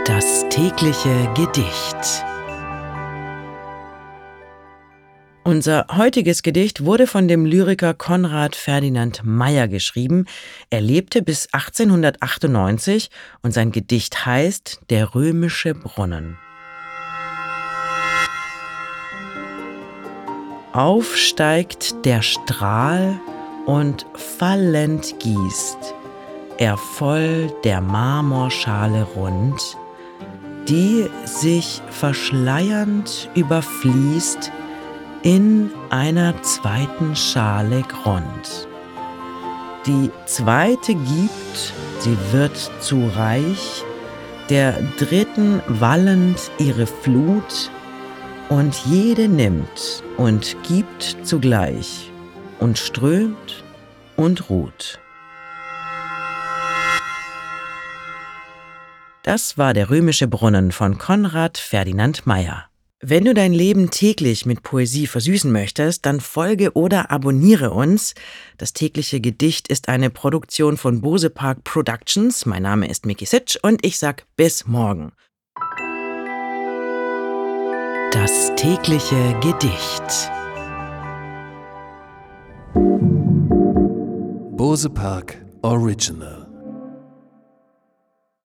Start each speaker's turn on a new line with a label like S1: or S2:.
S1: Das tägliche Gedicht. Unser heutiges Gedicht wurde von dem Lyriker Konrad Ferdinand Meyer geschrieben. Er lebte bis 1898 und sein Gedicht heißt Der römische Brunnen. Aufsteigt der Strahl und fallend gießt er voll der Marmorschale rund, die sich verschleiernd überfließt in einer zweiten Schale Grund. Die zweite gibt, sie wird zu reich, der dritten wallend ihre Flut, und jede nimmt und gibt zugleich und strömt und ruht. Das war der römische Brunnen von Konrad Ferdinand Meyer. Wenn du dein Leben täglich mit Poesie versüßen möchtest, dann folge oder abonniere uns. Das tägliche Gedicht ist eine Produktion von Bose Park Productions. Mein Name ist Miki Sitsch und ich sag bis morgen. Das tägliche Gedicht.
S2: Bose Park Original.